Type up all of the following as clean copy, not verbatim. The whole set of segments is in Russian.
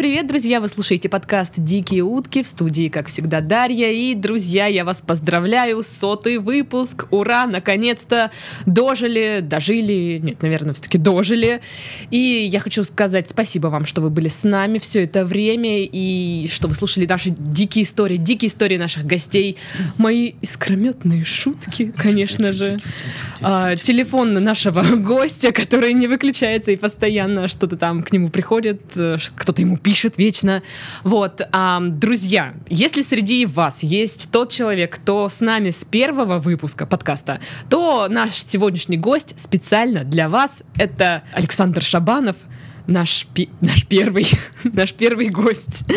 привет, друзья! Вы слушаете подкаст «Дикие утки», в студии, как всегда, Дарья. И, друзья, я вас поздравляю, 100-й выпуск! Ура! Наконец-то дожили, нет, наверное, все-таки дожили. И я хочу сказать спасибо вам, что вы были с нами все это время, и что вы слушали наши дикие истории наших гостей, мои искрометные шутки, конечно же. Телефон нашего гостя, который не выключается и постоянно что-то там к нему приходит, кто-то ему пишет вечно. Вот, друзья, если среди вас есть тот человек, кто с нами с первого выпуска подкаста, то наш сегодняшний гость специально для вас — это Александр Шабанов, наш первый гость.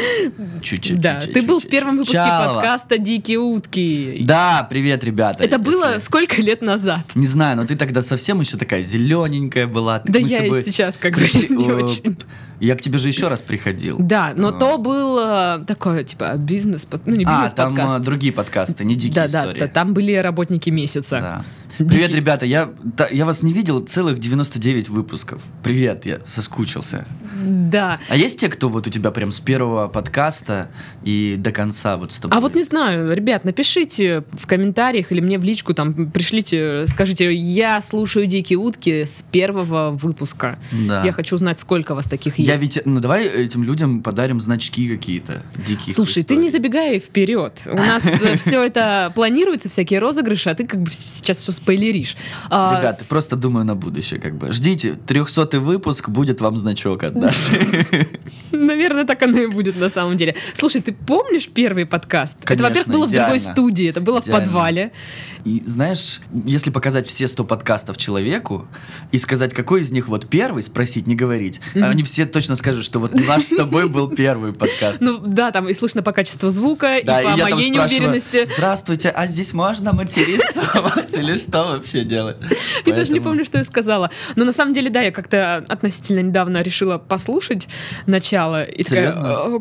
Да, ты был в первом выпуске подкаста «Дикие утки». Да, привет, ребята. Это было сколько лет назад? Не знаю, но ты тогда совсем еще такая зелененькая была. Да я и сейчас как бы не очень. Я к тебе же еще раз приходил. Да, но то был такой, типа, бизнес, ну не бизнес-подкаст. Там другие подкасты, не «Дикие истории». Да, там были работники месяца. Да. Привет, ребята, я вас не видел целых 99 выпусков. Привет, я соскучился. Да. А есть те, кто вот у тебя прям с первого подкаста и до конца вот с тобой? А вот не знаю, ребят, напишите в комментариях или мне в личку, там, пришлите, скажите, я слушаю «Дикие утки» с первого выпуска. Да. Я хочу знать, сколько вас таких есть. Давай этим людям подарим значки какие-то дикие. Слушай, ты не забегай вперед. У нас все это планируется, всякие розыгрыши, а ты как бы сейчас все спойлеришь. Ребята, просто думаю на будущее, как бы. Ждите, 300-й выпуск, будет вам значок от Даши. Наверное, так оно и будет на самом деле. Слушай, ты помнишь первый подкаст? Конечно, это, во-первых, было в другой студии, это было идеально. В подвале. И знаешь, если показать все 100 подкастов человеку и сказать, какой из них вот первый, спросить, не говорить, они все точно скажут, что вот наш с тобой был первый подкаст. Ну да, там и слышно по качеству звука, да, и по моей неуверенности. Здравствуйте, а здесь можно материться у вас или что вообще делать? Я даже не помню, что я сказала. Но на самом деле, да, я как-то относительно недавно решила послушать начало. И такая,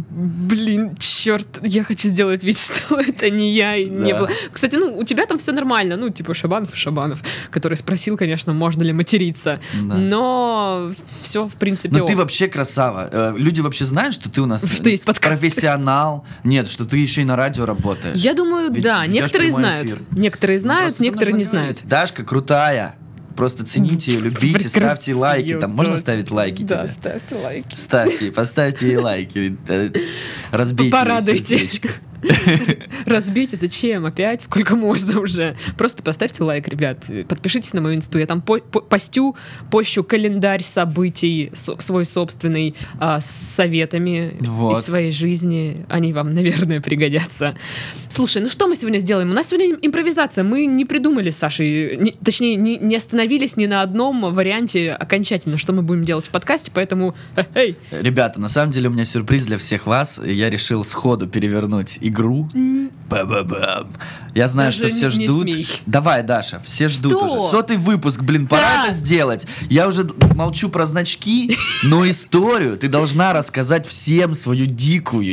блин, черт, я хочу сделать вид, что это не я и не было. Кстати, у тебя там все нормально, типа Шабанов, который спросил, конечно, можно ли материться. Да. Но все, в принципе, ты вообще красава. Люди вообще знают, что ты у нас что есть профессионал? Нет, что ты еще и на радио работаешь. Я думаю, да, некоторые знают. Некоторые знают, некоторые не знают. Дашка крутая. Просто цените ее, любите, ставьте лайки. Там можно ставить лайки? Да, тебе? ставьте лайки. Поставьте ей лайки. Разбейте сердечко. Разбейте, зачем? Опять? Сколько можно уже? Просто поставьте лайк, ребят. Подпишитесь на мою инсту. Я там пощу календарь событий свой собственный с советами из своей жизни. Они вам, наверное, пригодятся. Слушай, что мы сегодня сделаем? У нас сегодня импровизация. Мы не придумали с Сашей, точнее, не остановились ни на одном варианте окончательно, что мы будем делать в подкасте, поэтому... Ребята, на самом деле у меня сюрприз для всех вас. Я решил сходу перевернуть игру. Ба-ба-бам. Я знаю, даже что все ждут. Давай, Даша, все ждут уже. 100-й выпуск, пора это сделать. Я уже молчу про значки, но историю ты должна рассказать всем свою дикую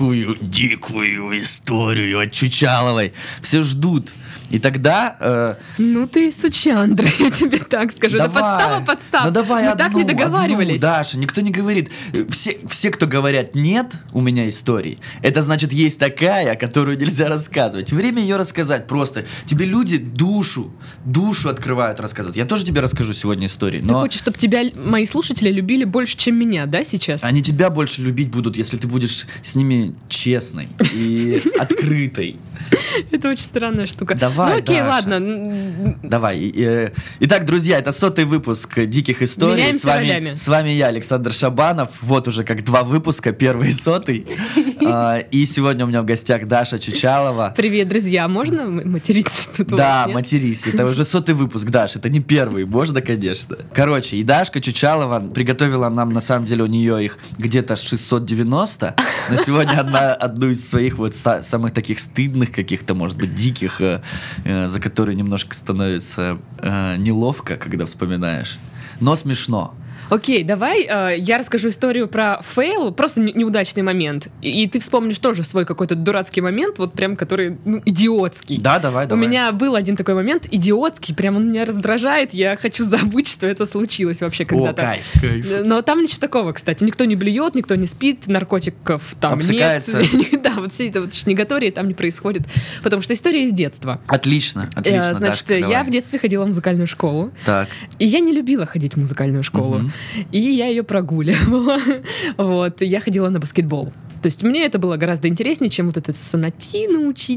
историю от Чучаловой. Все ждут. И тогда... ты сучандра, я тебе так скажу. Давай. Подстава. Ну давай мы так не договаривались. Даша, никто не говорит. Все, кто говорят «нет» у меня истории, это значит, есть такая, которую нельзя рассказывать. Время ее рассказать просто. Тебе люди душу открывают, рассказывают. Я тоже тебе расскажу сегодня истории. Ты хочешь, чтобы тебя мои слушатели любили больше, чем меня, да, сейчас? Они тебя больше любить будут, если ты будешь с ними честной и открытой. Это очень странная штука. Давай, окей, Даша. Ладно. Давай. Итак, друзья, это 100-й выпуск «Диких историй». Меняемся ролями. С вами я, Александр Шабанов. Вот уже как 2 выпуска, первый и 100-й. И сегодня у меня в гостях Даша Чучалова. Привет, друзья. Можно материться тут? Да, матерись. Это уже 100-й выпуск, Даш. Это не первый. Можно, конечно. Короче, и Дашка Чучалова приготовила нам, на самом деле, у нее их где-то 690. Но сегодня одну из своих вот самых таких стыдных каких-то, может быть, диких, за которые немножко становится неловко, когда вспоминаешь. Но смешно. Окей, давай я расскажу историю про фейл, просто неудачный момент. И ты вспомнишь тоже свой какой-то дурацкий момент, вот прям который, идиотский. Да, давай. У меня был один такой момент, идиотский, прям он меня раздражает, я хочу забыть, что это случилось вообще когда-то. О, кайф. Но там ничего такого, кстати. Никто не блюет, никто не спит, наркотиков там нет. Да, вот все это вот шнегатории там не происходит, потому что история из детства. Отлично. Значит, я в детстве ходила в музыкальную школу. Так. И я не любила ходить в музыкальную школу. И я ее прогуливала. Вот. Я ходила на баскетбол. То есть мне это было гораздо интереснее, чем вот это сонатину учить.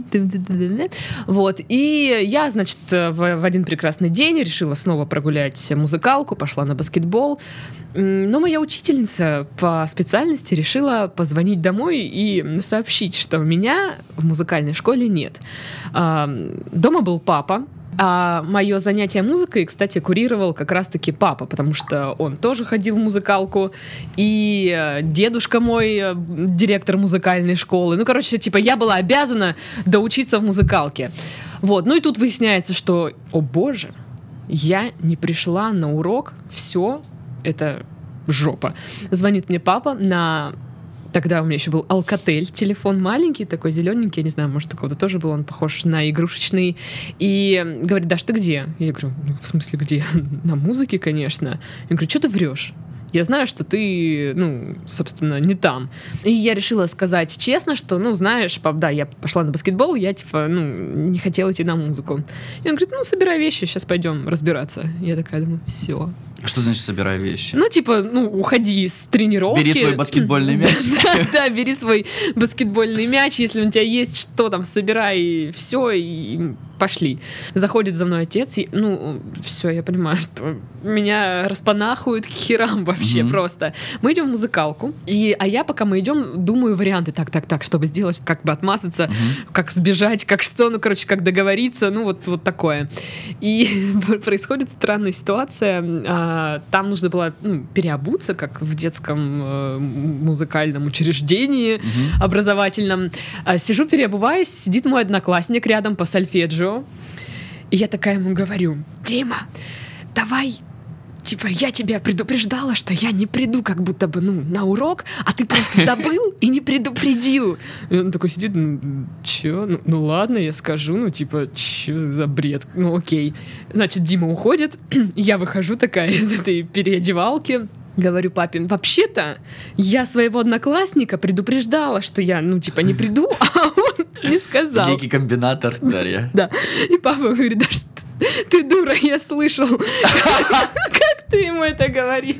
Вот. И я, значит, в один прекрасный день решила снова прогулять музыкалку, пошла на баскетбол. Но моя учительница по специальности решила позвонить домой и сообщить, что меня в музыкальной школе нет. Дома был папа. А мое занятие музыкой, кстати, курировал как раз-таки папа, потому что он тоже ходил в музыкалку, и дедушка мой, директор музыкальной школы. Ну, короче, типа, я была обязана доучиться в музыкалке. Вот, ну и тут выясняется, что, о боже, я не пришла на урок, все, это жопа. Звонит мне папа на... Тогда у меня еще был Alcatel, телефон маленький, такой зелененький, я не знаю, может, такого-то тоже был, он похож на игрушечный. И говорит: Даш, ты где? Я говорю: в смысле где? На музыке, конечно. Я говорю: что ты врешь? Я знаю, что ты, собственно, не там. И я решила сказать честно, что, знаешь, пап, да, я пошла на баскетбол, я, не хотела идти на музыку. И он говорит: собирай вещи, сейчас пойдем разбираться. Я такая думаю: все. Что значит собирай вещи? Уходи с тренировки. Бери свой баскетбольный мяч. Да, бери свой баскетбольный мяч, если у тебя есть что там, собирай все и пошли. Заходит за мной отец, и, все, я понимаю, что меня распанахуют к херам вообще просто. Мы идем в музыкалку, а я, пока мы идем, думаю варианты, так, чтобы сделать, как бы отмазаться, как сбежать, как что, как договориться, вот такое. И происходит странная ситуация. Там нужно было переобуться, как в детском музыкальном учреждении образовательном. Сижу, переобуваюсь, сидит мой одноклассник рядом по сольфеджио. И я такая ему говорю: Дима, давай, я тебя предупреждала, что я не приду как будто бы, на урок, а ты просто забыл и не предупредил. И он такой сидит: чё? Ладно, я скажу, чё за бред? Окей. Значит, Дима уходит, я выхожу такая из этой переодевалки, говорю папе: вообще-то я своего одноклассника предупреждала, что я, не приду, а он не сказал. Некий комбинатор, Дарья. Да. И папа говорит: да что ты дура, я слышал. Как ты ему это говоришь?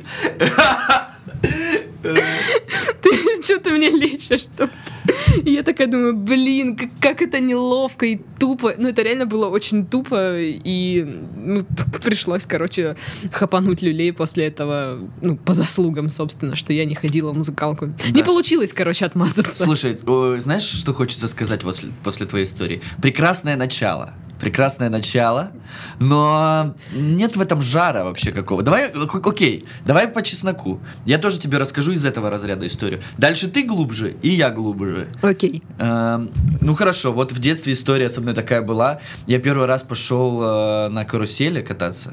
Что ты мне лечишь? И я такая думаю: блин, как это неловко и тупо. Это реально было очень тупо. И пришлось, хапануть люлей после этого, по заслугам, собственно, что я не ходила в музыкалку. Да. Не получилось, отмазаться. Слушай, знаешь, что хочется сказать после твоей истории? Прекрасное начало, но нет в этом жара вообще какого. Давай по чесноку. Я тоже тебе расскажу из этого разряда историю. Дальше ты глубже, и я глубже. Окей. Хорошо, вот в детстве история со мной такая была. Я первый раз пошел на карусели кататься.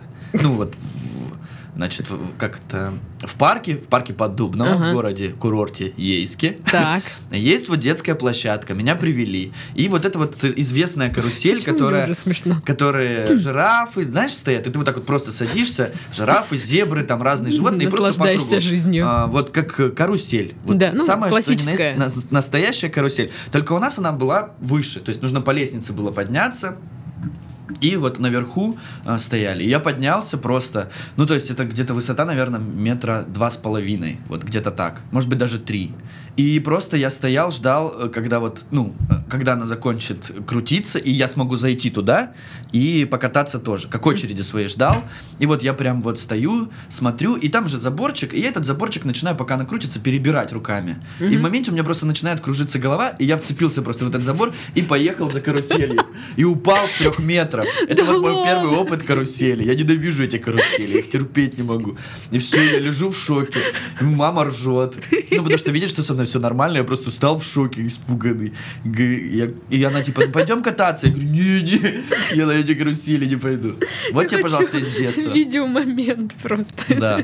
В парке под Дубново, в городе-курорте Ейске. Так. Есть вот детская площадка, меня привели. И вот эта вот известная карусель, которые жирафы, знаешь, стоят, и ты вот так вот просто садишься, жирафы, зебры, там разные животные, и просто по кругу. Жизнью. Вот как карусель. Вот да, самая классическая. Настоящая карусель. Только у нас она была выше, то есть нужно по лестнице было подняться. И вот наверху стояли. Я поднялся просто. То есть это где-то высота, наверное, 2,5 метра. Вот где-то так. Может быть, даже 3. И просто я стоял, ждал, когда когда она закончит крутиться, и я смогу зайти туда и покататься тоже. Как очереди своей ждал. И вот я прям вот стою, смотрю, и там же заборчик, и я этот заборчик начинаю, пока она крутится, перебирать руками. И в моменте у меня просто начинает кружиться голова, и я вцепился просто в этот забор и поехал за каруселью. И упал с 3 метров. Это вот мой первый опыт карусели. Я ненавижу эти карусели, их терпеть не могу. И все, я лежу в шоке. Мама ржет. Потому что видит, что со мной абсолютно все нормально, я просто стал в шоке, испуганный. И она типа, пойдем кататься? Я говорю, не, я на эти карусели не пойду. Вот тебе, пожалуйста, из детства. Видеомомент просто. Да.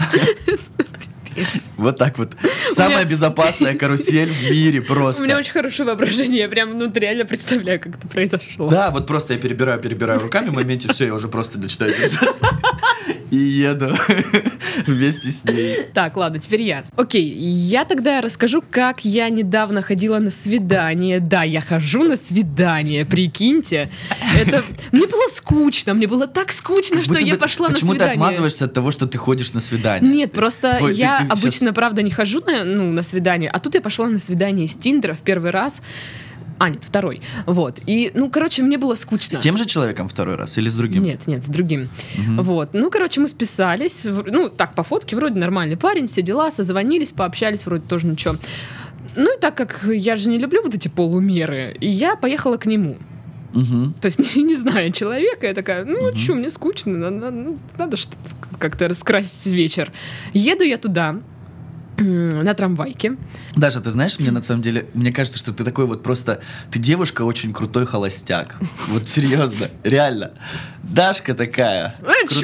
Вот так вот. Самая безопасная карусель в мире просто. У меня очень хорошее воображение, я прям реально представляю, как это произошло. Да, вот просто я перебираю руками, в моменте все, я уже просто начинаю держаться. И еду вместе с ней. Так, ладно, теперь я. Окей, я тогда расскажу, как я недавно ходила на свидание. Да, я хожу на свидание, прикиньте. Мне было скучно, мне было так скучно, что я пошла на свидание. Почему ты отмазываешься от того, что ты ходишь на свидание? Нет, просто я обычно, правда, не хожу на свидание, а тут я пошла на свидание с Тиндера в первый раз. Нет, второй. Вот. И, мне было скучно. С тем же человеком второй раз или с другим? Нет, с другим. Вот. Мы списались. Так, по фотке вроде нормальный парень, все дела, созвонились, пообщались, вроде тоже ничего. И так как я же не люблю вот эти полумеры, я поехала к нему. То есть, не зная человека, я такая, что, мне скучно, надо что-то как-то раскрасить вечер. Еду я туда, на трамвайке. Даша, ты знаешь, мне на самом деле, мне кажется, что ты такой вот просто, ты девушка очень крутой холостяк. Вот серьезно, реально. Дашка такая,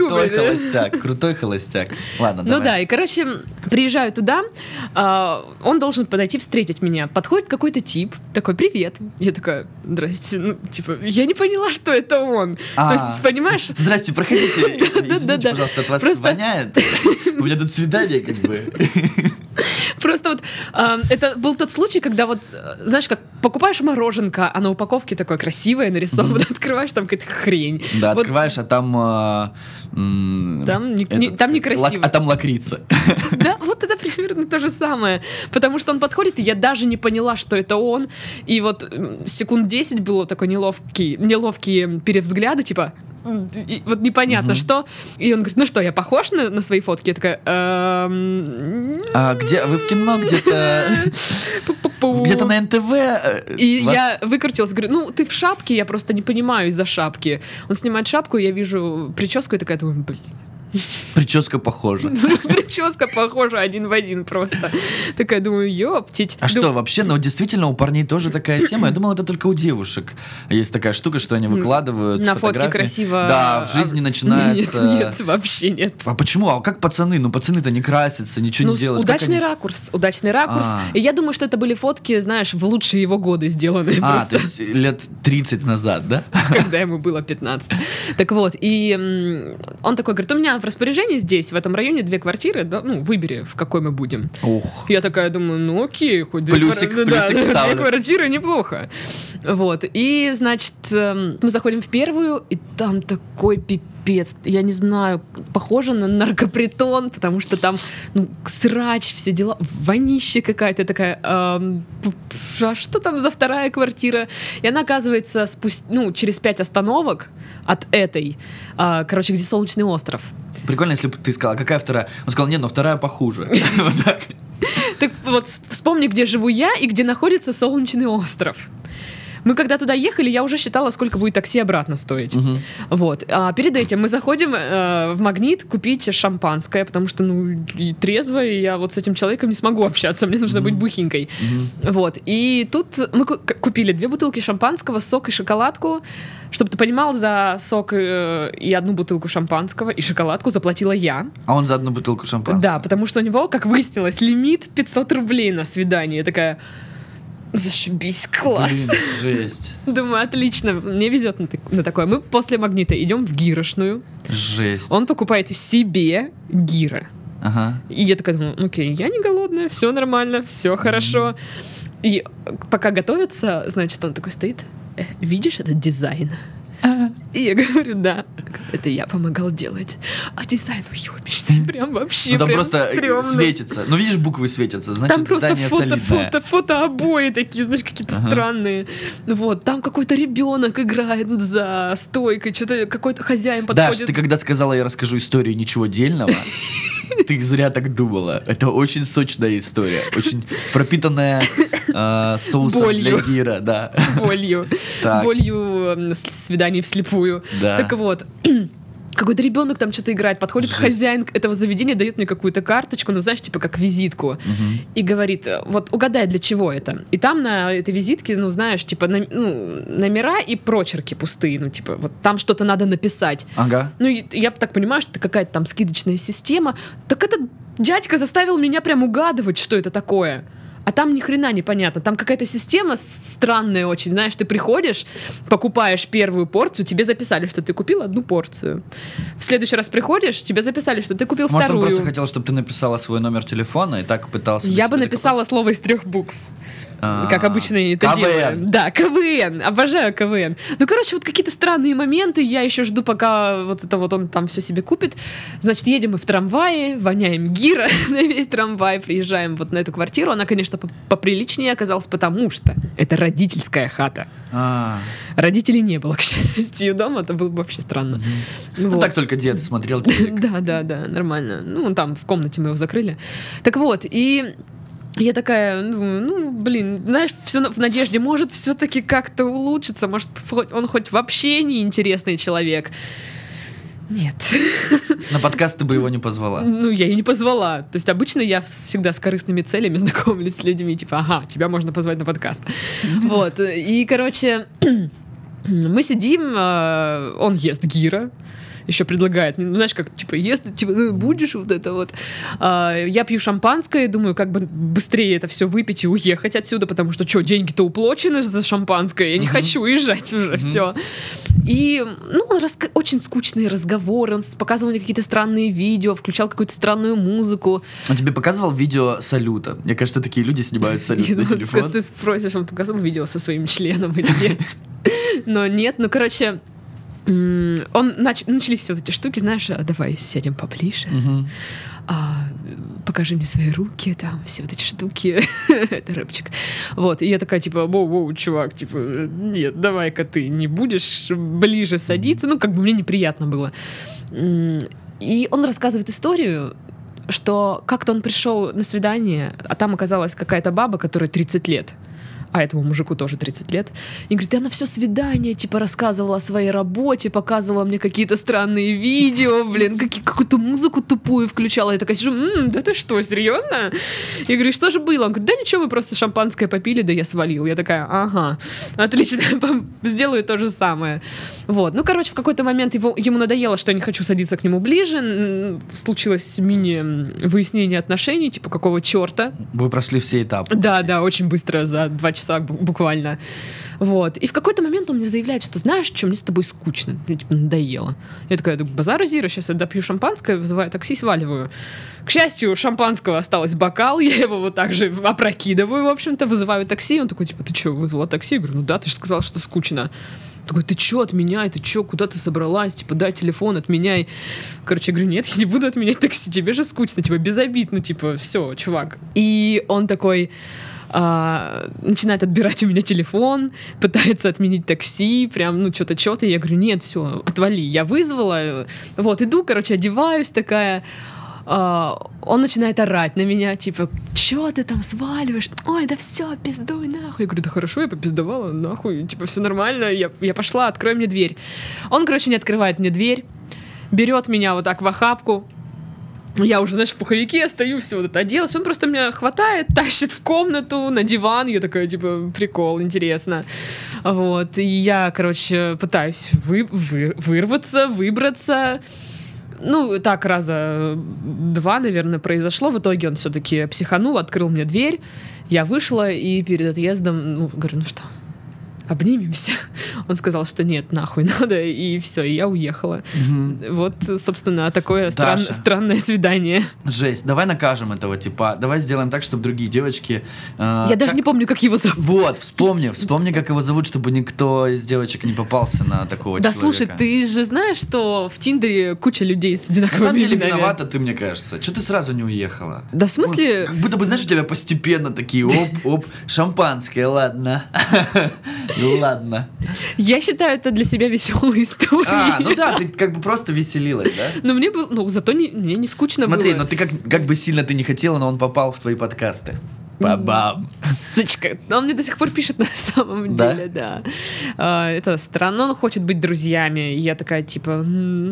крутой холостяк. Ладно, давай. Да, и, приезжаю туда, он должен подойти встретить меня. Подходит какой-то тип, такой, привет. Я такая, здрасте, я не поняла, что это он. То есть, понимаешь? Здрасте, проходите. Извините, пожалуйста, от вас воняет. У меня тут свидание, как бы. Просто это был тот случай, когда знаешь, как покупаешь мороженка, а на упаковке такое красивое нарисовано, открываешь, там какая-то хрень. Да, открываешь, а там... Там некрасиво. А там лакрица. Да, вот это примерно то же самое. Потому что он подходит, и я даже не поняла, что это он. И секунд 10 было такой неловкие перевзгляды, типа... И непонятно, что. И он говорит, что, я похож на свои фотки? Я такая... Где? Вы в кино где-то... Где-то на НТВ? И я выкрутилась, говорю, ты в шапке, я просто не понимаю из-за шапки. Он снимает шапку, я вижу прическу, и такая, думаю, Прическа похожа. Прическа похожа один в один просто. Такая, думаю, ёптить. А что, вообще, действительно, у парней тоже такая тема. Я думал, это только у девушек. Есть такая штука, что они выкладывают на фотографии. Фотке красиво. Да, в жизни начинается... Нет, вообще нет. А почему? А как пацаны? Пацаны-то не красятся, ничего не делают. Удачный ракурс. И я думаю, что это были фотки, знаешь, в лучшие его годы сделанные просто. То есть лет 30 назад, да? Когда ему было 15. Так вот, и он такой говорит, у меня в распоряжении здесь, в этом районе 2 квартиры, да, мы в какой мы будем. Я такая думаю, окей, хоть 2 плюсик 2 ставлю. квартиры, неплохо. Вот, и, значит, мы заходим в первую, и там такой пипец, я не знаю, похоже на наркопритон, потому что там, срач, все дела, вонище какая-то такая, а что там за 2-я квартира? И она, оказывается, через 5 остановок от этой, где Солнечный остров. Прикольно, если бы ты сказала, какая 2-я? Он сказал, нет, но 2-я похуже. Вот так. Так вот, вспомни, где живу я и где находится Солнечный остров. Мы когда туда ехали, я уже считала, сколько будет такси обратно стоить. Вот. А перед этим мы заходим в Магнит купить шампанское, потому что, трезво, и я с этим человеком не смогу общаться, мне нужно быть бухенькой. Вот. И тут мы купили 2 бутылки шампанского, сок и шоколадку. Чтобы ты понимал, за сок и 1 бутылку шампанского и шоколадку заплатила я. А он за 1 бутылку шампанского? Да, потому что у него, как выяснилось, лимит 500 рублей на свидание. Я такая... Зашибись, класс. Блин, жесть. Думаю, отлично, мне везет на такое. Мы после Магнита идем в гирошную. Жесть. Он покупает себе гиро. Ага. И я такая думаю, окей, я не голодная, все нормально, все хорошо. И пока готовится, значит, он такой стоит, видишь этот дизайн? И я говорю, да, это я помогал делать. А дизайн уёбищный, прям вообще там прям просто стрёмный. Светится. Видишь, буквы светятся, значит, там просто здание солидное. фотообои такие, знаешь, какие-то странные. Вот, там какой-то ребенок играет за стойкой, что-то какой-то хозяин подходит. Даш, ты когда сказала, я расскажу историю ничего дельного, ты зря так думала. Это очень сочная история, очень пропитанная соусом для гира, да. Болью свиданий вслепую. Да. Так вот, какой-то ребенок там что-то играет, подходит хозяин этого заведения, дает мне какую-то карточку, ну, знаешь, типа как визитку, и говорит, вот угадай, для чего это. И там на этой визитке, ну, знаешь, типа номера и прочерки пустые, ну, типа вот там что-то надо написать. Ага. Ну, и я так понимаю, что это какая-то там скидочная система. Так этот дядька заставил меня прям угадывать, что это такое. А там ни хрена не понятно. Там какая-то система странная очень. Знаешь, ты приходишь, покупаешь первую порцию, тебе записали, что ты купил одну порцию. В следующий раз приходишь, тебе записали, что ты купил вторую. Может, он просто хотел, чтобы ты написала свой номер телефона и так пытался... Я бы написала слово из 3 букв. Как обычно это делаю. Да, КВН. Обожаю КВН. Ну, короче, вот какие-то странные моменты. Я еще жду, пока вот это вот он там все себе купит. Значит, едем мы в трамвае, воняем гира на весь трамвай, приезжаем вот на эту квартиру. Она, конечно, поприличнее оказалась, потому что это родительская хата. Родителей не было, к счастью, дома. Это было бы вообще странно. Ну, так только дед смотрел. Да, нормально. Ну, там в комнате мы его закрыли. Так вот, и... Я такая, ну, блин, знаешь, все в надежде, может, все-таки как-то улучшится, может, он хоть вообще не интересный человек. Нет. На подкаст ты бы его не позвала? Ну, я и не позвала. То есть обычно я всегда с корыстными целями знакомлюсь с людьми, типа, ага, тебя можно позвать на подкаст. Вот, и, короче, мы сидим, он ест гира, еще предлагает, ну, знаешь, как, типа, если типа, будешь вот это вот. Я пью шампанское, думаю, как бы быстрее это все выпить и уехать отсюда, потому что, что, деньги-то уплочены за шампанское, я не хочу уезжать уже, все. И, ну, очень скучные разговоры, он показывал мне какие-то странные видео, включал какую-то странную музыку. Он тебе показывал видео салюта? Мне кажется, такие люди снимают салют на телефон. Ты спросишь, он показывал видео со своим членом или нет? Но нет, ну, короче... Начались все эти штуки, знаешь, давай сядем поближе, покажи мне свои руки, там, все вот эти штуки, это рэпчик. Вот, и я такая, типа, воу, чувак, типа, нет, давай-ка ты не будешь ближе садиться, ну, как бы мне неприятно было. И он рассказывает историю, что как-то он пришел на свидание, а там оказалась какая-то баба, которой 30 лет. А этому мужику тоже 30 лет. И говорит, я на все свидание, типа, рассказывала о своей работе, показывала мне какие-то странные видео, блин, какую-то музыку тупую включала. Я такая сижу, да ты что, серьезно? Я говорю, что же было? Он говорит, да ничего, мы просто шампанское попили, да я свалил. Я такая, ага, отлично, сделаю то же самое. Вот, ну, короче, в какой-то момент ему надоело, что я не хочу садиться к нему ближе. Случилось мини-выяснение отношений, типа, какого черта. Вы прошли все этапы. Да, очень быстро, за 2 часа буквально. Вот. И в какой-то момент он мне заявляет, что знаешь, что мне с тобой скучно, мне типа надоело. Я такая, базара зира, сейчас я допью шампанское, вызываю такси, сваливаю. К счастью, шампанского осталось бокал, я его вот так же опрокидываю, в общем-то, вызываю такси. Он такой, типа, ты что, вызвала такси? Я говорю, ну да, ты же сказала, что скучно. Такой, ты чё, отменяй, ты чё, куда ты собралась, типа, дай телефон, отменяй. Короче, я говорю, нет, я не буду отменять такси, тебе же скучно, типа, без обид, ну, типа, все, чувак. И он такой... начинает отбирать у меня телефон, пытается отменить такси, прям, ну, что-то, я говорю, нет, все, отвали, я вызвала, вот, иду, короче, одеваюсь такая, он начинает орать на меня, типа, чё ты там сваливаешь, ой, да все, пиздуй нахуй, я говорю, да хорошо, я попиздовала, нахуй, типа, все нормально, я пошла, открой мне дверь, он, короче, не открывает мне дверь, берет меня вот так в охапку. Я уже, знаешь, в пуховике стою, все вот это оделась. Он просто меня хватает, тащит в комнату, на диван. Я такая, типа, прикол, интересно. Вот. И я, короче, пытаюсь выбраться. Ну, так раза 2, наверное, произошло. В итоге он все-таки психанул, открыл мне дверь. Я вышла и перед отъездом, говорю, ну что, обнимемся. Он сказал, что нет, нахуй надо, и все, и я уехала. Вот, собственно, такое странное свидание. Жесть, давай накажем этого типа. Давай сделаем так, чтобы другие девочки... Я даже не помню, как его зовут. Вот, вспомни, как его зовут, чтобы никто из девочек не попался на такого человека. Да, слушай, ты же знаешь, что в Тиндере куча людей с одинаковыми именами. На самом деле виновата ты, мне кажется. Что ты сразу не уехала? Да, в смысле... Как будто бы, знаешь, у тебя постепенно такие, оп, шампанское, ладно. Ну ладно. Я считаю, это для себя веселая история. Ну да, ты как бы просто веселилась, да? Но мне было, зато мне не скучно было. Смотри, но ты как бы сильно ты не хотела, но он попал в твои подкасты. Бабам. Сучка. Он мне до сих пор пишет на самом деле, да. Это странно. Он хочет быть друзьями. И я такая, типа...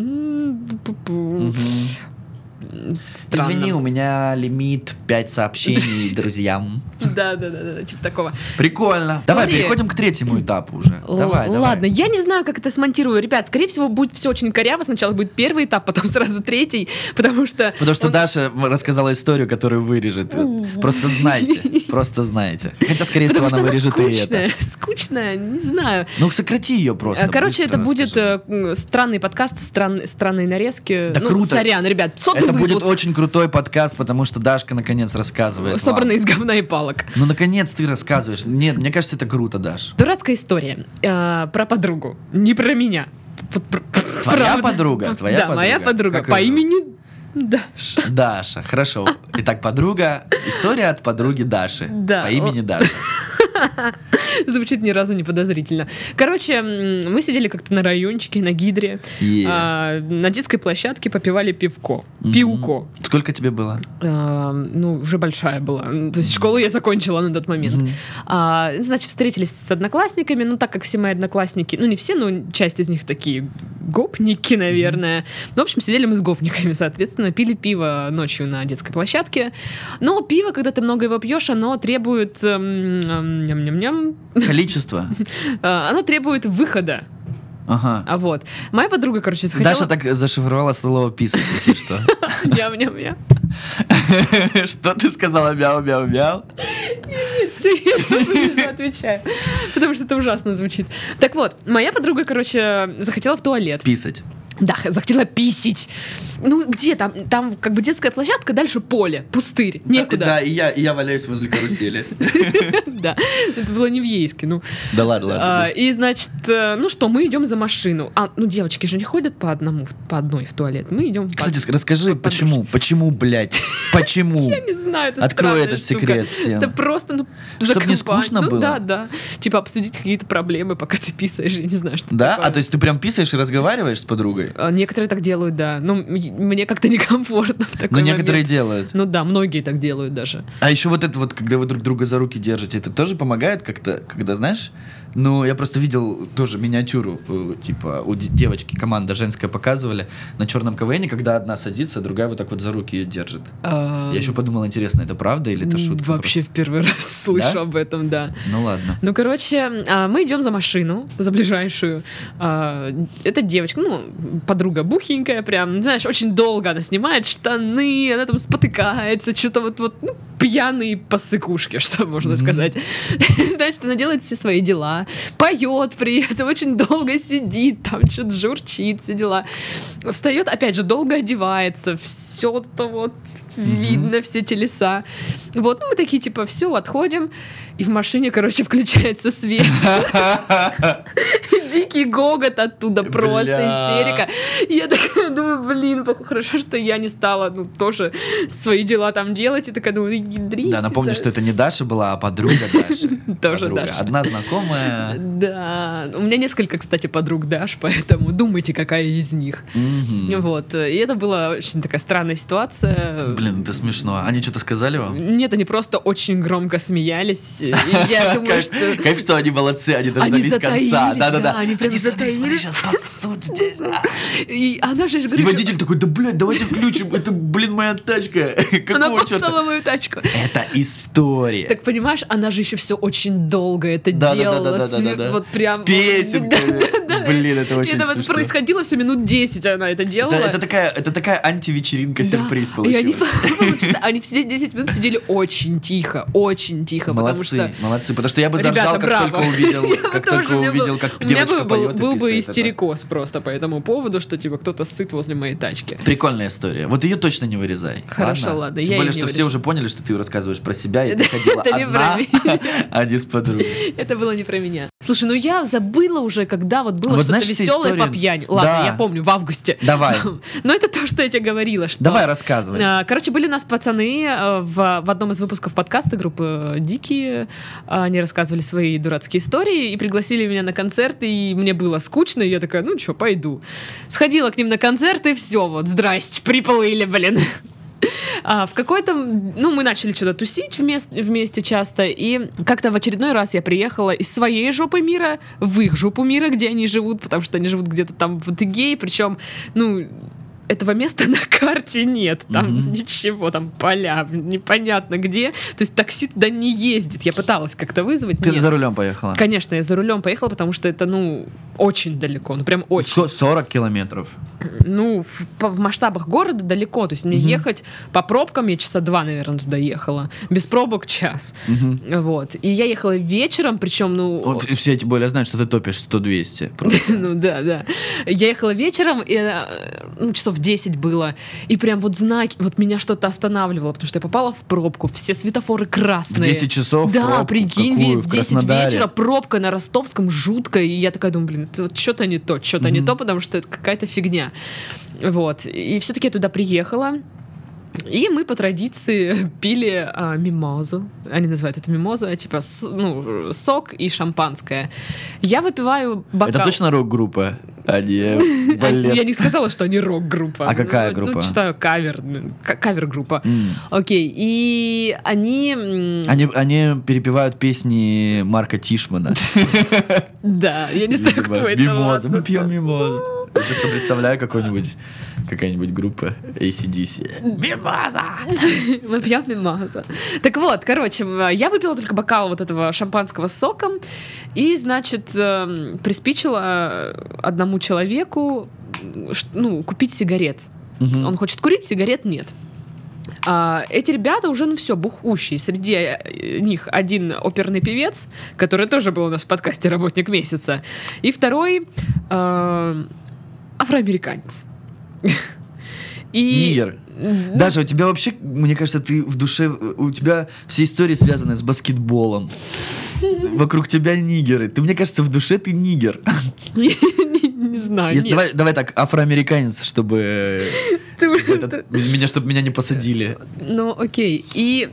Странно. Извини, у меня лимит 5 сообщений друзьям. Да, типа такого. Прикольно. Давай переходим к третьему этапу уже. Давай. Ладно, я не знаю, как это смонтирую. Ребят, скорее всего, будет все очень коряво. Сначала будет первый этап, потом сразу третий, потому что Даша рассказала историю, которую вырежет. Просто знайте. Хотя, скорее всего, она вырежет и это. Скучная, не знаю. Ну, сократи ее просто. Короче, это будет странный подкаст, странные нарезки. Да круто. Сорян, ребят, это будет очень крутой подкаст, потому что Дашка наконец рассказывает. Собранный из говна и палок. Ну, наконец ты рассказываешь. Нет, мне кажется, это круто, Даш. Дурацкая история про подругу. Не про меня. Твоя подруга? Да, моя подруга. По имени Даша. Даша, хорошо. Итак, подруга. История от подруги Даши. Да. По имени Даша. Звучит ни разу не подозрительно. Короче, мы сидели как-то на райончике, на Гидре, на детской площадке попивали пивко. Пивко. Сколько тебе было? Уже большая была. То есть школу я закончила на тот момент. Значит, встретились с одноклассниками, так как все мои одноклассники, не все, но часть из них такие гопники, наверное. В общем, сидели мы с гопниками, соответственно, пили пиво ночью на детской площадке. Но пиво, когда ты много его пьешь, оно требует... Количество. Оно требует выхода. Ага. Вот. Моя подруга, захотела... Даша так зашифровала слово «писать», если что. Мяу-мяу-мяу. Что ты сказала? Мяу-мяу-мяу? Нет, серьезно, я отвечаю. Потому что это ужасно звучит. Так вот, моя подруга, захотела в туалет. Писать. Да, захотела писить. Где там? Там как бы детская площадка, дальше поле, пустырь, некуда. Да, и я валяюсь возле карусели. Да, это было не в Ейске, Да ладно. И, значит, мы идем за машину. Девочки же не ходят по одной в туалет. Мы идем. Кстати, расскажи, почему? Почему, блядь? Почему? Я не знаю, это Открой этот секрет всем. Это просто, чтобы не скучно было? Да. Типа обсудить какие-то проблемы, пока ты писаешь, я не знаю, что да? такое. То есть ты прям писаешь и разговариваешь с подругой? Некоторые так делают, да. Мне как-то некомфортно в такой момент. Но некоторые делают. Да, многие так делают даже. А еще вот это вот, когда вы друг друга за руки держите, это тоже помогает как-то, когда, знаешь... я просто видел тоже миниатюру, типа, у девочки команда женская показывали на черном КВНе, когда одна садится, а другая вот так вот за руки ее держит. Я еще подумал, интересно, это правда или это шутка? Вообще в первый раз слышу об этом, да. Ну ладно. Мы идем за машину, за ближайшую. Это девочка, подруга бухенькая прям, знаешь, очень долго она снимает штаны, она там спотыкается, что-то вот пьяные посыкушки, что можно сказать. Значит, она делает все свои дела, поет при этом, очень долго сидит, там что-то журчит, все дела. Встает, опять же, долго одевается, все это видно, все телеса. Мы такие, типа, все, отходим. И в машине, включается свет. Дикий гогот оттуда, просто истерика. И я такая думаю, хорошо, что я не стала, тоже свои дела там делать. И такая думаю, ядрите. Да, напомню, что это не Даша была, а подруга Даши. Тоже Даша. Одна знакомая. Да. У меня несколько, кстати, подруг Даш, поэтому думайте, какая из них. И это была очень такая странная ситуация. Блин, это смешно. Они что-то сказали вам? Нет, они просто очень громко смеялись. Я думаю, что... Кайф, что они молодцы, они дождались конца. Да-да-да. Они прям смотри, сейчас пасут здесь. И она же говорит... И водитель такой, да, блядь, давайте включим. Это, моя тачка. Она поссала мою тачку. Это история. Так понимаешь, она же еще все очень долго это делала. Да. Вот прям... С песенками. Блин, это очень смешно. Это происходило все минут 10 она это делала. Это такая антивечеринка-сюрприз получилась. Они все 10 минут сидели очень тихо, Молодцы, потому что я бы заржал, как только увидел, как девочка поет и писает. Был бы истерикоз просто по этому поводу, что типа кто-то сыт возле моей тачки. Прикольная история. Вот ее точно не вырезай. Хорошо, ладно. Тем более, что все уже поняли, что ты рассказываешь про себя, и ты ходила одна, а не с подругой. Это было не про меня. Слушай, я забыла уже, когда было что-то веселое по пьяни. Ладно, я помню, в августе. Давай. Но это то, что я тебе говорила. Давай, рассказывай. Короче, были у нас пацаны в одном из выпусков подкаста группы «Дикие». Они рассказывали свои дурацкие истории и пригласили меня на концерт, и мне было скучно, и я такая, пойду. Сходила к ним на концерт, и все, здрасте, приплыли, блин. В какой-то... Ну, мы начали что-то тусить вместе часто, и как-то в очередной раз я приехала из своей жопы мира в их жопу мира, где они живут, потому что они живут где-то там в Адыгее, причем, ну... Этого места на карте нет, там ничего, там поля, непонятно где, то есть такси туда не ездит, я пыталась как-то вызвать. Ты за рулем поехала? Конечно, я за рулем поехала, потому что это, ну, очень далеко, ну прям очень. 40 километров? Ну, в масштабах города далеко, то есть мне ехать по пробкам, я часа 2, наверное, туда ехала, без пробок час, вот, и я ехала вечером, причем, ну... Все тем более знают, что ты топишь 100-200. Ну да, я ехала вечером, и часов 10 было, и прям вот знаки, вот меня что-то останавливало, потому что я попала в пробку, все светофоры красные. В 10 часов да, пробку? Прикинь, какую? в 10 вечера пробка на Ростовском жуткая, и я такая думаю, блин, это вот что-то не то, потому что это какая-то фигня. Вот, и все-таки я туда приехала, и мы по традиции пили мимозу. Они называют это мимоза, типа сок и шампанское. Я выпиваю бокал. Это точно рок-группа? А не балет? Я не сказала, что они рок-группа. А какая группа? Ну, читаю кавер-группа. Окей, и они... Они перепевают песни Марка Тишмана. Да, я не знаю, кто это. Мимоза, мы пьем мимозу. Я просто представляю какая-нибудь группа AC/DC. Мимоза! Мы пьем мимоза. Так вот, короче, я выпила только бокал вот этого шампанского с соком и, значит, приспичила одному человеку, ну, купить сигарет. Он хочет курить, сигарет нет. Эти ребята уже, ну все, бухущие. Среди них один оперный певец, который тоже был у нас в подкасте «Работник месяца», и второй афроамериканец. Нигер. Даже у тебя вообще, мне кажется, ты в душе, у тебя все истории связаны с баскетболом. Вокруг тебя нигеры. Ты, мне кажется, в душе ты нигер. Не знаю. Давай так, афроамериканец, чтобы меня не посадили. Ну, окей. И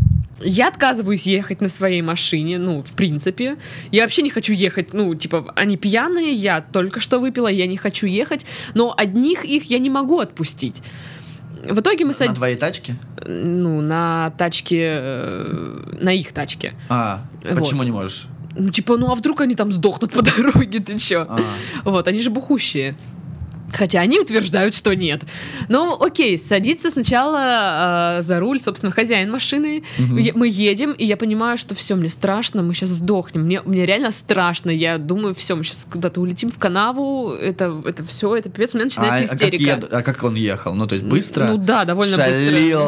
я отказываюсь ехать на своей машине, ну, в принципе. Я вообще не хочу ехать, ну, типа, они пьяные, я только что выпила, я не хочу ехать, но одних их я не могу отпустить. В итоге мы На твоей тачке? Ну, на тачке, на их тачке. Почему не можешь? Ну, типа, ну, а вдруг они там сдохнут по дороге, ты чё? Вот, они же бухущие. Хотя они утверждают, что нет. Ну, окей, садится сначала за руль, собственно, хозяин машины. Мы едем, и я понимаю, что все, мне страшно, мы сейчас сдохнем. Мне реально страшно. Я думаю, все, мы сейчас куда-то улетим в канаву. Это все, это пипец. У меня начинается истерика. Как он ехал? Ну, то есть быстро? Ну да, довольно шалил. быстро.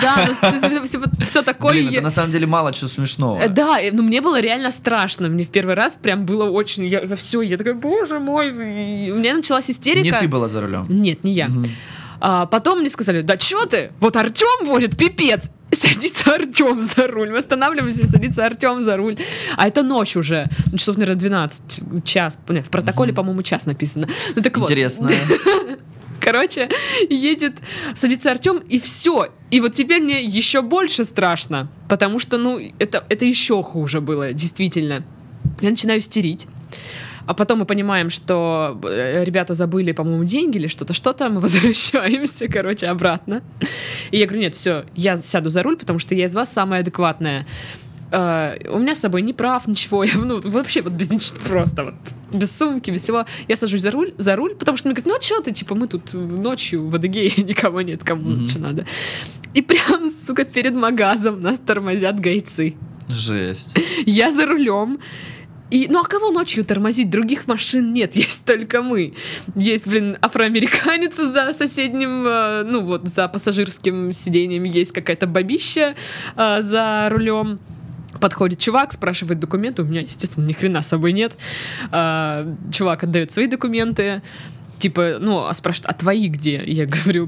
Да, все такое. Блин, это на самом деле мало чего смешного. Да, но мне было реально страшно. Мне в первый раз прям было очень... Я такая, боже мой. У меня началась истерика. Не ты была за рулем? Нет, не я. Потом мне сказали, да чё ты? Вот Артём водит, пипец. Садится Артём за руль. Мы останавливаемся, садится Артём за руль. А это ночь уже. Часов, наверное, 12. Час. В протоколе, по-моему, час написано. Ну так вот. Интересно. Короче, садится Артём, и все. И вот теперь мне еще больше страшно. Потому что, ну, это еще хуже было, действительно. Я начинаю истерить. А потом мы понимаем, что ребята забыли, по-моему, деньги или что-то, мы возвращаемся, короче, обратно. И я говорю, нет, все, я сяду за руль, потому что я из вас самая адекватная. У меня с собой ни прав, ничего, вообще вот без ничего, просто вот, без сумки, без всего. Я сажусь за руль, потому что мне говорят, ну а что ты, типа, мы тут ночью в Адыгее, никого нет, кому лучше надо. И прям, сука, перед магазом нас тормозят гайцы. Жесть. Я за рулем. Ну а кого ночью тормозить? Других машин нет, есть только мы. Есть, афроамериканец за соседним, за пассажирским сиденьем, есть какая-то бабища за рулем. Подходит чувак, спрашивает документы. У меня, естественно, ни хрена с собой нет. Чувак отдает свои документы. Типа, спрашивает, а твои где? Я говорю,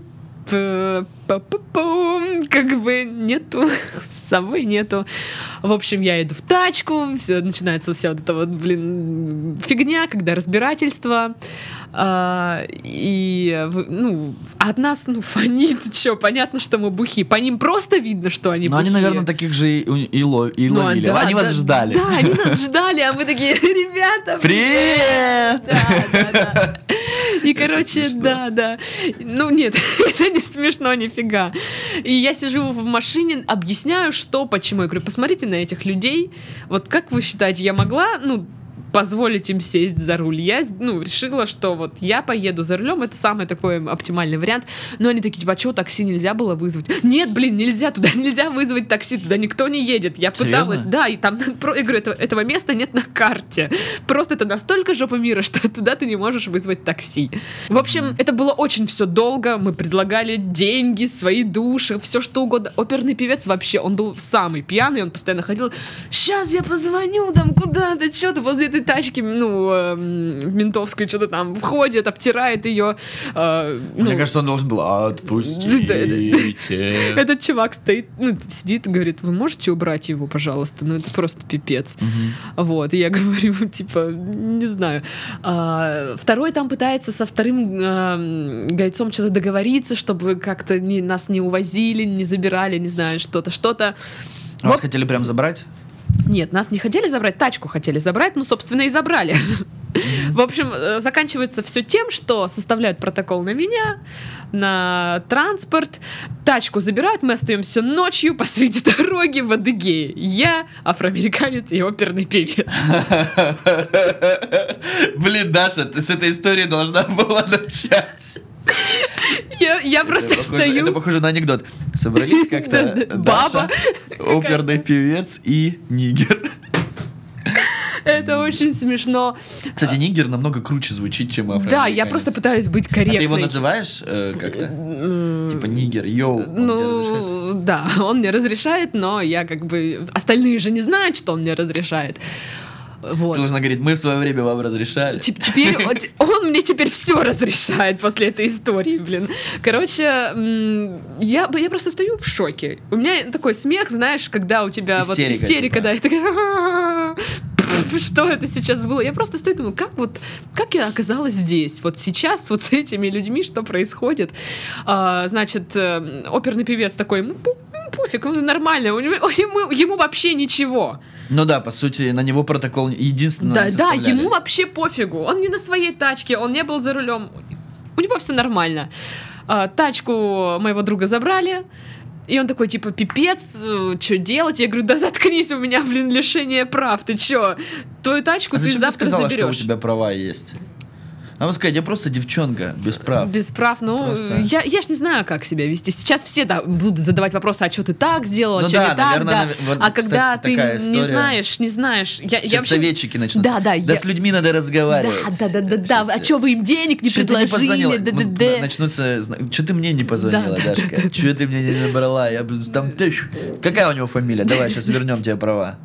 как бы нету, с собой нету. В общем, я иду в тачку, начинается вся вот эта вот, фигня, когда разбирательство. И, ну, от нас, ну, фонит, что, понятно, что мы бухи. По ним просто видно, что они бухие. Но они, наверное, таких же и ловили. Да, они вас ждали. Да, они нас ждали, а мы такие, ребята, привет! Да. И, короче, да. Ну, нет, это не смешно нифига. И я сижу в машине, объясняю, что, почему. Я говорю, посмотрите на этих людей. Вот как вы считаете, я могла, ну, позволить им сесть за руль? Я, ну, решила, что вот я поеду за рулем, это самый такой оптимальный вариант. Но они такие, типа, а что, такси нельзя было вызвать? Нет, блин, нельзя, туда нельзя вызвать такси, туда никто не едет. Я пыталась, серьезно? да, и там, я говорю, этого места нет на карте. Просто это настолько жопа мира, что туда ты не можешь вызвать такси. В общем, это было очень все долго, мы предлагали деньги, свои души, все что угодно. Оперный певец вообще, он был самый пьяный, он постоянно ходил, сейчас я позвоню там куда-то, что-то возле этой тачки, ну, ментовской, что-то там входит, обтирает ее. Мне кажется, он должен был отпустите. Этот чувак стоит, ну, сидит и говорит, вы можете убрать его, пожалуйста? Ну, это просто пипец. Вот, и я говорю, типа, не знаю. Второй там пытается со вторым гайцом что-то договориться, чтобы как-то нас не увозили, не забирали, не знаю, что-то. Вас хотели прям забрать? Нет, нас не хотели забрать, тачку хотели забрать, ну, собственно, и забрали. В общем, заканчивается все тем, что составляют протокол на меня, на транспорт, тачку забирают, мы остаемся ночью посреди дороги в Адыгее. Я афроамериканец и оперный певец. Блин, Даша, ты с этой историей должна была начать. Я просто стою. Это похоже на анекдот. Собрались как-то Даша, оперный певец и нигер. Это очень смешно. Кстати, нигер намного круче звучит, чем афроамериканец. Да, я просто пытаюсь быть корректной. А ты его называешь как-то? Типа нигер, йоу, он тебе разрешает? Да, он мне разрешает, но я как бы... Остальные же не знают, что он мне разрешает. Вот. Ты должна говорить, мы в свое время вам разрешали. Теперь он мне теперь все разрешает после этой истории, блин. Короче, я просто стою в шоке. У меня такой смех, знаешь, когда у тебя истерика, да, и такая... Что это сейчас было? Я просто стою и думаю, как я оказалась здесь? Вот сейчас, вот с этими людьми, что происходит? Значит, оперный певец такой, пофиг, нормально, ему вообще ничего. Ну да, по сути, на него протокол единственное. Да, ему вообще пофигу. Он не на своей тачке, он не был за рулем. У него все нормально. Тачку моего друга забрали. И он такой, типа, пипец, что делать? Я говорю, да заткнись, у меня, блин, лишение прав. Ты что? Твою тачку ты завтра сказала, заберешь. Что у тебя права есть? А вы сказать, я просто девчонка, без прав. Без прав, ну, я ж не знаю, как себя вести. Сейчас все будут задавать вопросы, а что ты так сделала, ну что да, не так, наверное, да. Вот, а когда кстати, ты не знаешь. Сейчас вообще... советчики начнутся. Да, с людьми надо разговаривать. Да. А что вы им денег не предложили? Да. Начнутся, что ты мне не позвонила, Дашка? Что ты мне не набрала? Там, какая у него фамилия? Давай, сейчас вернем тебе права.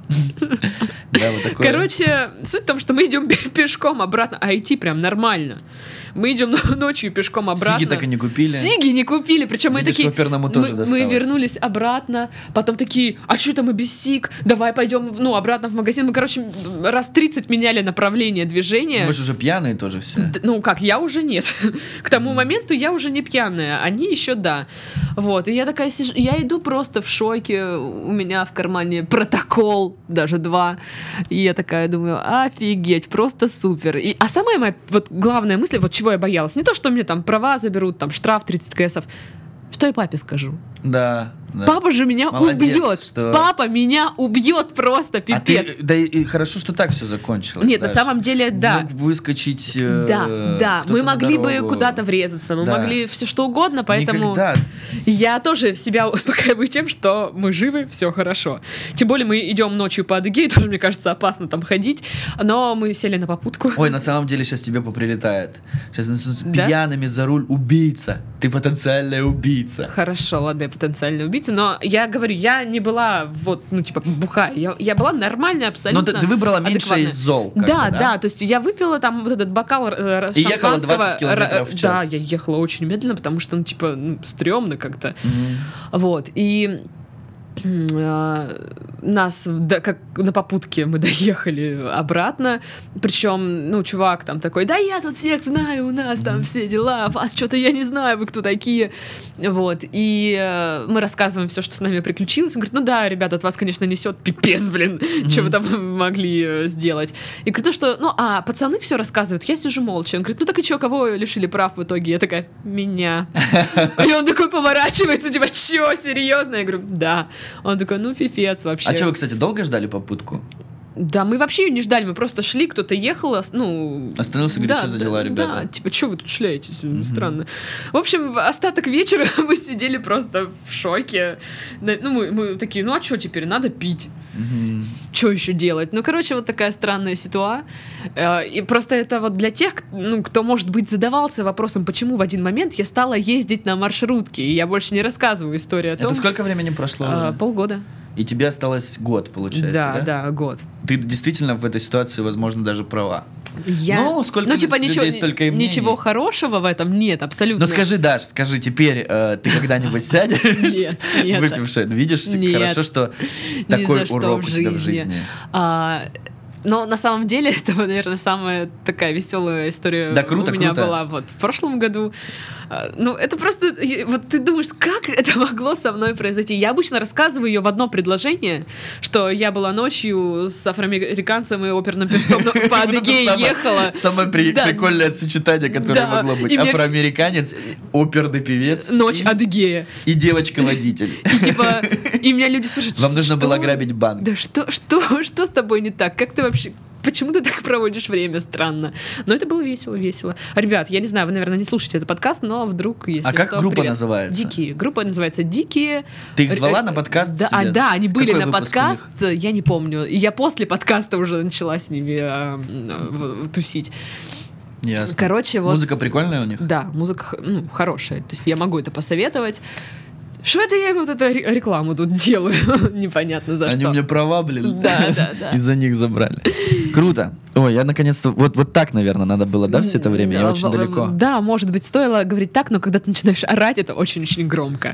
Короче, суть в том, что мы идем пешком обратно, а идти прям нормально. Мы идем ночью пешком обратно. Сиги так и не купили. Сиги не купили, причем мы такие... тоже мы вернулись обратно, потом такие, а что это мы без сиг? Давай пойдем, обратно в магазин. Мы, короче, раз 30 меняли направление движения. Вы же уже пьяные тоже все. Ну как, я уже нет. К тому моменту я уже не пьяная, они еще да. Вот, и я такая сижу, я иду просто в шоке, у меня в кармане протокол, даже 2. И я такая думаю, офигеть, просто супер. А самая моя главная мысль, чего я боялась, не то, что мне там права заберут, там штраф 30 ксов, что я папе скажу? Да. Папа же меня убьет. Что... Папа меня убьет просто, пипец. Да и хорошо, что так все закончилось. Нет, Даш. На самом деле, да. Мог выскочить. Да. Мы могли бы куда-то врезаться, мы могли все что угодно, поэтому никогда. Я тоже себя успокаиваю тем, что мы живы, все хорошо. Тем более мы идем ночью по Адыгее, тоже, мне кажется, опасно там ходить, но мы сели на попутку. Ой, на самом деле сейчас тебе поприлетает. Сейчас начнутся пьяными за руль убийца. Ты потенциальная убийца. Хорошо, ладно, я потенциальная убийца. Но я говорю, я не была бухая. Я была нормальная, абсолютно. Но ты выбрала меньше из зол. Да. То есть я выпила там вот этот бокал шампанского. И ехала 20 километров в час. Да, я ехала очень медленно, потому что, стрёмно как-то. Вот. И нас, как на попутке мы доехали обратно, причем, чувак там такой, да я тут всех знаю, у нас там все дела, вас что-то я не знаю, вы кто такие, вот, и мы рассказываем все, что с нами приключилось, он говорит, да, ребята, от вас, конечно, несет пипец, блин, что вы там могли сделать, и говорит, а пацаны все рассказывают, я сижу молча, он говорит, так и что, кого лишили прав в итоге, я такая, меня, и он такой поворачивается, типа, чё, серьезно, я говорю, да, он такой, пипец вообще. А что, вы, кстати, долго ждали попутку? Да, мы вообще ее не ждали, мы просто шли, кто-то ехал, Остановился, говорит, что за дела, ребята? Да, типа, что вы тут шляетесь, странно. В общем, остаток вечера мы сидели просто в шоке. Мы такие, а что теперь, надо пить. Что еще делать? Короче, вот такая странная ситуация. И просто это вот для тех, кто, может быть, задавался вопросом, почему в один момент я стала ездить на маршрутке, и я больше не рассказываю историю о том... Это сколько времени прошло уже? Полгода. И тебе осталось год, получается, да? Да, год. Ты действительно в этой ситуации, возможно, даже права. Сколько людей, столько и мнений. Ничего хорошего в этом нет, абсолютно. Скажи, Даш, теперь ты когда-нибудь сядешь? Нет. Выпившая, видишь, хорошо, что такой урок у тебя в жизни. Но на самом деле это, наверное, самая такая веселая история у меня была в прошлом году. Это просто... Вот ты думаешь, как это могло со мной произойти? Я обычно рассказываю ее в одно предложение, что я была ночью с афроамериканцем и оперным певцом по Адыгее ехала. Самое прикольное сочетание, которое могло быть. Афроамериканец, оперный певец. Ночь Адыгея. И девочка-водитель. И меня люди спрашивают, вам нужно было ограбить банк. Да что с тобой не так? Как ты вообще... Почему ты так проводишь время? Странно. Но это было весело. Ребят, я не знаю, вы, наверное, не слушаете этот подкаст, но вдруг, если А как группа называется? Дикие. Группа называется «Дикие». Ты их звала на подкаст себе? Да, они были на подкаст, я не помню. И я после подкаста уже начала с ними тусить. Ясно. Короче, вот... Музыка прикольная у них? Да, музыка хорошая. То есть я могу это посоветовать. Что это я вот эту рекламу тут делаю? Непонятно за что. Они у меня права, блин. Да. Из-за них забрали. Круто. Ой, я наконец-то... Вот так, наверное, надо было, да, все это время? Я очень далеко. Да, может быть, стоило говорить так, но когда ты начинаешь орать, это очень-очень громко.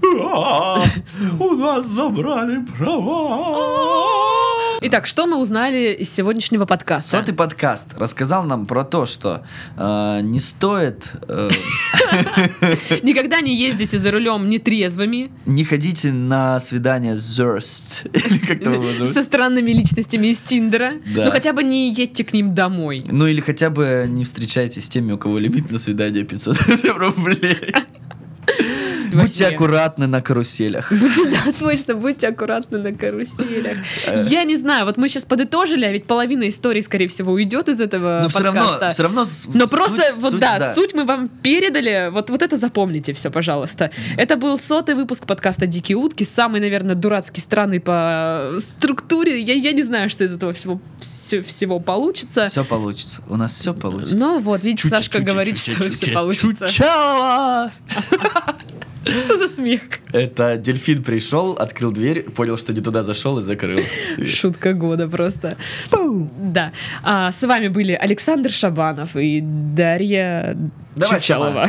У нас забрали права. Итак, что мы узнали из сегодняшнего подкаста? 100-й подкаст рассказал нам про то, что не стоит... Никогда не ездите за рулем нетрезвыми. Не ходите на свидание со странными личностями из Тиндера. Ну хотя бы не едьте к ним домой. Или хотя бы не встречайтесь с теми, у кого лимит на свидание 500 рублей. Будьте аккуратны на каруселях. Будьте аккуратны на каруселях. Я не знаю, вот мы сейчас подытожили, а ведь половина истории, скорее всего, уйдет из этого подкаста. Все равно но просто суть мы вам передали. Вот это запомните все, пожалуйста. Это был 100-й выпуск подкаста «Дикие утки», самый, наверное, дурацкий, странный по структуре. Я не знаю, что из этого всего получится. Все получится. У нас все получится. Видите, Сашка говорит, что все получится. Что за смех? Это дельфин пришел, открыл дверь, понял, что не туда зашел и закрыл. Шутка года просто. Да. С вами были Александр Шабанов и Дарья Чучалова.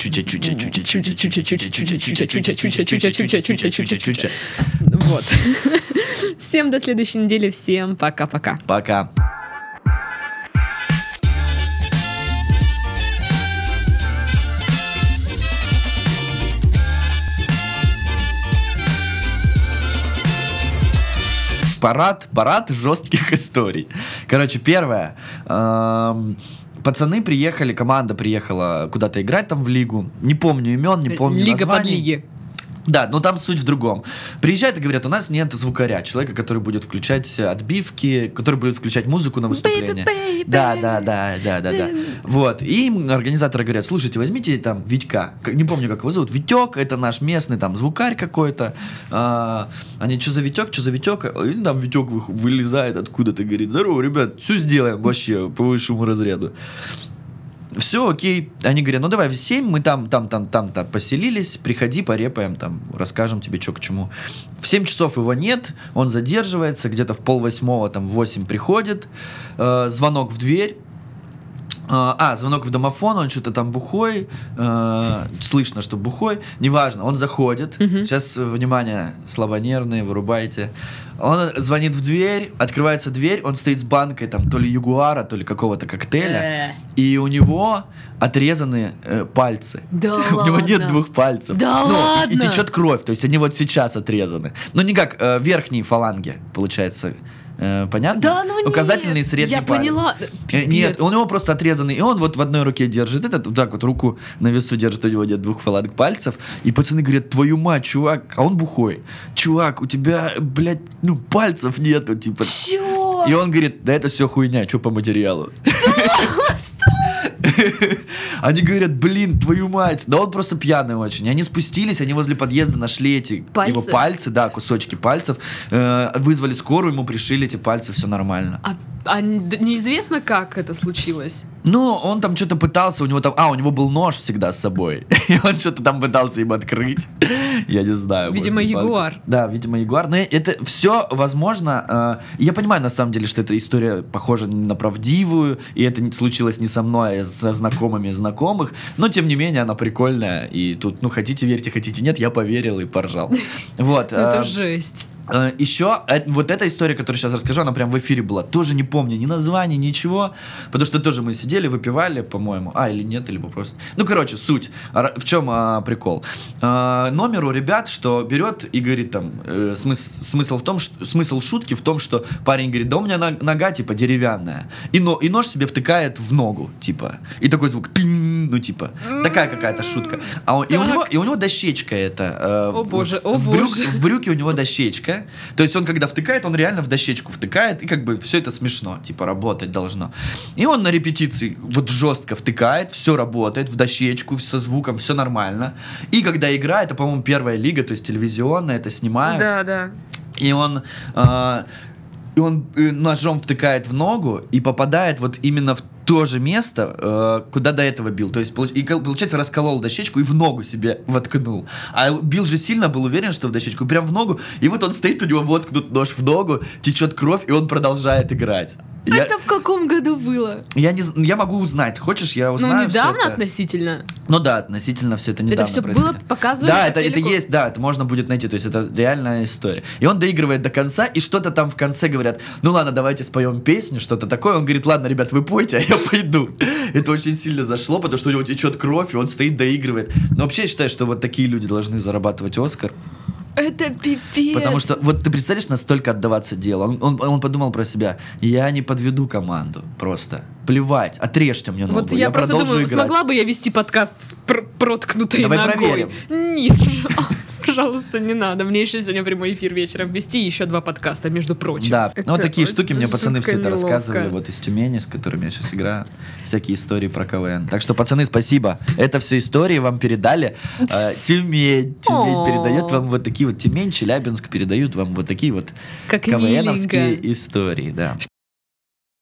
Вот. Всем до следующей недели. Всем пока-пока. Пока. Парад жестких историй. Короче, первое. Пацаны приехали, команда приехала куда-то играть там в лигу. Не помню имен, не помню Лига названий. под лиги. Да, но там суть в другом. Приезжают и говорят, у нас нет звукаря, человека, который будет включать отбивки, который будет включать музыку на выступление. Да. Вот. И им организаторы говорят, слушайте, возьмите там Витька. Не помню, как его зовут. Витек, это наш местный там звукарь какой-то. Они, что за Витек? И там Витек вылезает откуда-то, говорит, здорово, ребят, все сделаем вообще по высшему разряду. Все, окей. Они говорят, давай в 7 мы там поселились, приходи, порепаем, там, расскажем тебе, что к чему. В 7 часов его нет, он задерживается, где-то в 7:30, там, в 8 приходит, звонок в дверь, Звонок в домофон, он что-то там бухой, слышно, что бухой, неважно, он заходит, сейчас, внимание, слабонервные, вырубайте, он звонит в дверь, открывается дверь, он стоит с банкой там то ли ягуара, то ли какого-то коктейля, и у него отрезаны пальцы. Да у него нет 2 пальцев. Да ладно? И течет кровь, то есть они вот сейчас отрезаны. Ну не как верхние фаланги, получается. Понятно? Да, ну указательный нет, и средний я палец. поняла. Нет, у него просто отрезанный, и он вот в одной руке держит этот, вот так вот руку на весу держит, у него нет 2 фаланг пальцев, и пацаны говорят: твою мать, чувак, а он бухой. Чувак, у тебя, блядь, пальцев нету, типа. Чё? И он говорит: да это все хуйня, что по материалу? Они говорят: блин, твою мать. Да он просто пьяный очень. И они спустились, они возле подъезда нашли эти его пальцы, да, кусочки пальцев, вызвали скорую, ему пришили эти пальцы, все нормально. А неизвестно, как это случилось? Ну, он там что-то пытался, у него был нож всегда с собой, и он что-то там пытался им открыть. Я не знаю. Видимо, ягуар. Да, видимо, ягуар. Но это все возможно. Я понимаю, на самом деле, что эта история похожа на правдивую, и это случилось не со мной, а со знакомыми знакомых, но, тем не менее, она прикольная, и тут, хотите верьте, хотите нет, я поверил и поржал. Вот. Это жесть. Еще вот эта история, которую сейчас расскажу, она прям в эфире была. Тоже не помню ни названия, ничего. Потому что тоже мы сидели, выпивали, по-моему. Или нет, или просто... суть. В чем прикол? Номер у ребят, что берет и говорит там... Смысл шутки в том, что парень говорит: да у меня нога, типа, деревянная. И нож себе втыкает в ногу, типа. И такой звук. Такая какая-то шутка. И у него дощечка это. О боже, о боже. В брюке у него дощечка. То есть он, когда втыкает, он реально в дощечку втыкает, и как бы все это смешно, типа, работать должно. И он на репетиции вот жестко втыкает, все работает, в дощечку, со звуком, все нормально. И когда игра, это, по-моему, первая лига, то есть телевизионная, это снимают. Да. И он ножом втыкает в ногу и попадает вот именно в то же место, куда до этого бил. То есть, получается, расколол дощечку и в ногу себе воткнул. А Билл же сильно был уверен, что в дощечку, прям в ногу. И вот он стоит, у него воткнут нож в ногу, течет кровь, и он продолжает играть. Это в каком году было? Я могу узнать. Хочешь, я узнаю. Недавно относительно? Да, относительно все это недавно. Это все происходило. было показывали? Да, это есть, да, это можно будет найти. То есть это реальная история. И он доигрывает до конца, и что-то там в конце говорят: ну ладно, давайте споем песню, что-то такое. Он говорит: ладно, ребят, вы пойте, а я пойду. Это очень сильно зашло, потому что у него течет кровь, и он стоит, доигрывает. Но вообще я считаю, что вот такие люди должны зарабатывать Оскар. Это пипец. Потому что, вот ты представляешь, настолько отдаваться делу. Он подумал про себя: я не подведу команду, просто плевать, отрежьте мне ногу, вот я просто продолжу думаю, играть. Смогла бы я вести подкаст с проткнутой Давай ногой? проверим. Нет, пожалуйста, не надо. Мне еще сегодня прямой эфир вечером вести, и еще 2 подкаста, между прочим. Да, вот такие штуки мне пацаны все это неловко. рассказывали, вот из Тюмени, с которыми я сейчас играю, всякие истории про КВН. Так что, пацаны, спасибо. Это все истории вам передали. Тюмень передает вам вот такие вот, Тюмень, Челябинск передают вам вот такие вот как КВНовские миленько. истории, да.